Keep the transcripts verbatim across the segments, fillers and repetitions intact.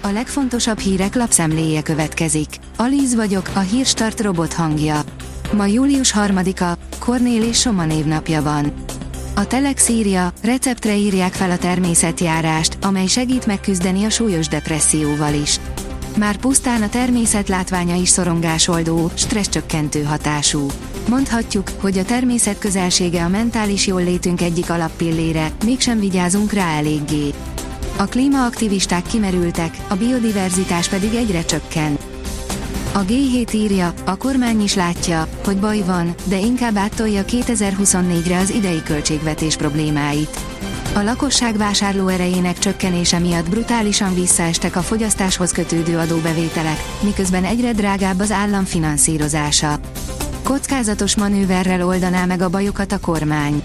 A legfontosabb hírek lapszemléje következik. Alíz vagyok, a Hírstart robot hangja. Ma július harmadika, Kornél és Soma névnapja van. A Telex írja, receptre írják fel a természetjárást, amely segít megküzdeni a súlyos depresszióval is. Már pusztán a természet látványa is szorongásoldó, stresszcsökkentő hatású. Mondhatjuk, hogy a természet közelsége a mentális jóllétünk egyik alappillére, mégsem vigyázunk rá eléggé. A klímaaktivisták kimerültek, a biodiverzitás pedig egyre csökken. A gé hét írja, a kormány is látja, hogy baj van, de inkább áttolja kétezer-huszonnégyre az idei költségvetés problémáit. A lakosság vásárlóerejének csökkenése miatt brutálisan visszaestek a fogyasztáshoz kötődő adóbevételek, miközben egyre drágább az állam finanszírozása. Kockázatos manőverrel oldaná meg a bajokat a kormány.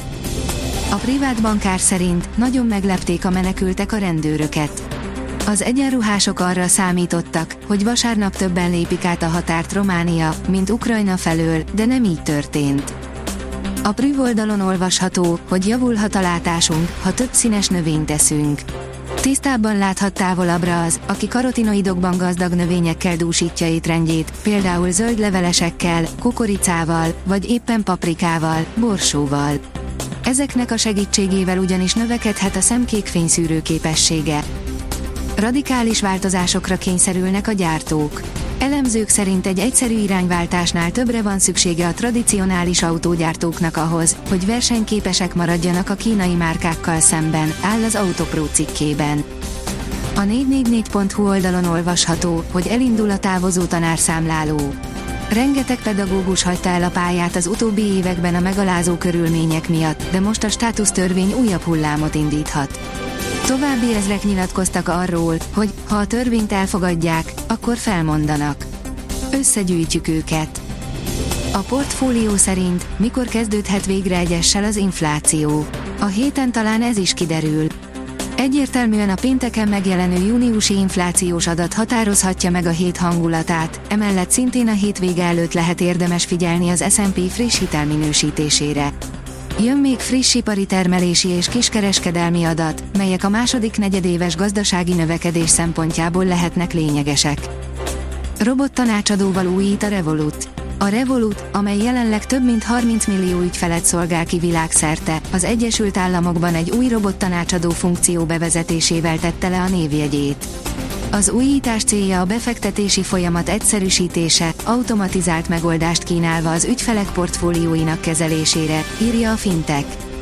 A privát bankár szerint nagyon meglepték a menekültek a rendőröket. Az egyenruhások arra számítottak, hogy vasárnap többen lépik át a határt Románia, mint Ukrajna felől, de nem így történt. A Prüv oldalon olvasható, hogy javulhat a látásunk, ha több színes növényt eszünk. Tisztábban láthat távolabbra az, aki karotinoidokban gazdag növényekkel dúsítja étrendjét, például zöld levelesekkel, kukoricával, vagy éppen paprikával, borsóval. Ezeknek a segítségével ugyanis növekedhet a szemkék fényszűrő képessége. Radikális változásokra kényszerülnek a gyártók. Elemzők szerint egy egyszerű irányváltásnál többre van szüksége a tradicionális autógyártóknak ahhoz, hogy versenyképesek maradjanak a kínai márkákkal szemben, áll az Autopro cikkében. A négy négy négy pont hu oldalon olvasható, hogy elindul a távozó tanárszámláló. Rengeteg pedagógus hagyta el a pályát az utóbbi években a megalázó körülmények miatt, de most a státusztörvény újabb hullámot indíthat. További ezrek nyilatkoztak arról, hogy ha a törvényt elfogadják, akkor felmondanak. Összegyűjtjük őket. A portfólió szerint mikor kezdődhet végre egyessel az infláció. A héten talán ez is kiderül. Egyértelműen a pénteken megjelenő júniusi inflációs adat határozhatja meg a hét hangulatát, emellett szintén a hétvége előtt lehet érdemes figyelni az es and pé friss hitelminősítésére. Jön még friss ipari termelési és kiskereskedelmi adat, melyek a második negyedéves gazdasági növekedés szempontjából lehetnek lényegesek. Robottanácsadóval újít a Revolut. A Revolut, amely jelenleg több mint harminc millió ügyfelet szolgál ki világszerte, az Egyesült Államokban egy új robottanácsadó funkció bevezetésével tette le a névjegyét. Az újítás célja a befektetési folyamat egyszerűsítése, automatizált megoldást kínálva az ügyfelek portfólióinak kezelésére, írja a Fintech.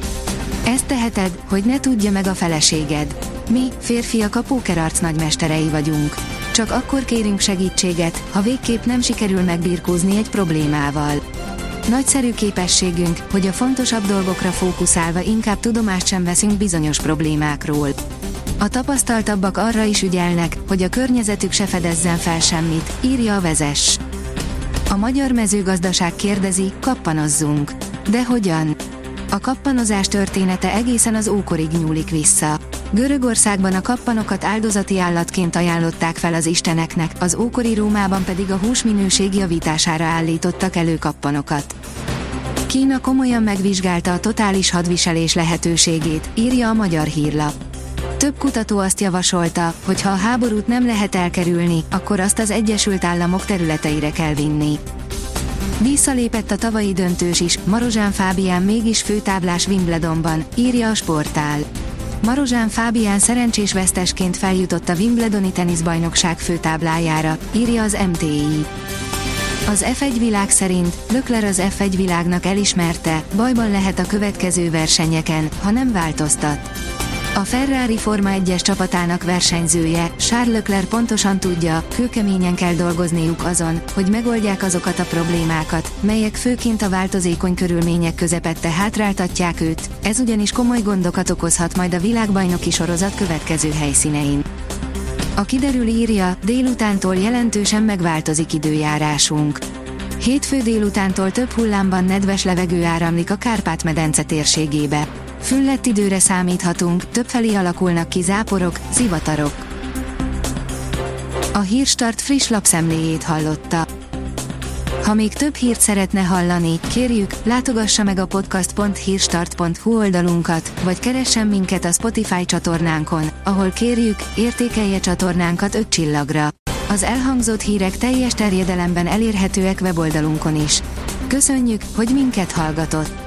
Ezt teheted, hogy ne tudja meg a feleséged. Mi, férfiak a pókerarc nagymesterei vagyunk. Csak akkor kérünk segítséget, ha végképp nem sikerül megbirkózni egy problémával. Nagyszerű képességünk, hogy a fontosabb dolgokra fókuszálva inkább tudomást sem veszünk bizonyos problémákról. A tapasztaltabbak arra is ügyelnek, hogy a környezetük se fedezzen fel semmit, írja a Vezess. A magyar mezőgazdaság kérdezi, kappanozzunk. De hogyan? A kappanozás története egészen az ókorig nyúlik vissza. Görögországban a kappanokat áldozati állatként ajánlották fel az isteneknek, az ókori Rómában pedig a húsminőség javítására állítottak elő kappanokat. Kína komolyan megvizsgálta a totális hadviselés lehetőségét, írja a Magyar Hírlap. Több kutató azt javasolta, hogy ha a háborút nem lehet elkerülni, akkor azt az Egyesült Államok területeire kell vinni. Visszalépett a tavalyi döntős is, Marozsán Fábián mégis főtáblás Wimbledonban, írja a Sportál. Marozsán Fábián szerencsés vesztesként feljutott a Wimbledoni teniszbajnokság főtáblájára, írja az em té i. Az ef egy világ szerint Leclerc az ef egy világnak elismerte, bajban lehet a következő versenyeken, ha nem változtat. A Ferrari Forma egyes csapatának versenyzője, Charles Leclerc pontosan tudja, kőkeményen kell dolgozniuk azon, hogy megoldják azokat a problémákat, melyek főként a változékony körülmények közepette hátráltatják őt, ez ugyanis komoly gondokat okozhat majd a világbajnoki sorozat következő helyszínein. A kiderül írja, délutántól jelentősen megváltozik időjárásunk. Hétfő délutántól több hullámban nedves levegő áramlik a Kárpát-medence térségébe. Füllett időre számíthatunk, többfelé alakulnak ki záporok, zivatarok. A Hírstart friss lapszemléjét hallotta. Ha még több hírt szeretne hallani, kérjük, látogassa meg a podcast pont hírstart pont hu oldalunkat, vagy keressen minket a Spotify csatornánkon, ahol kérjük, értékelje csatornánkat öt csillagra. Az elhangzott hírek teljes terjedelemben elérhetőek weboldalunkon is. Köszönjük, hogy minket hallgatott!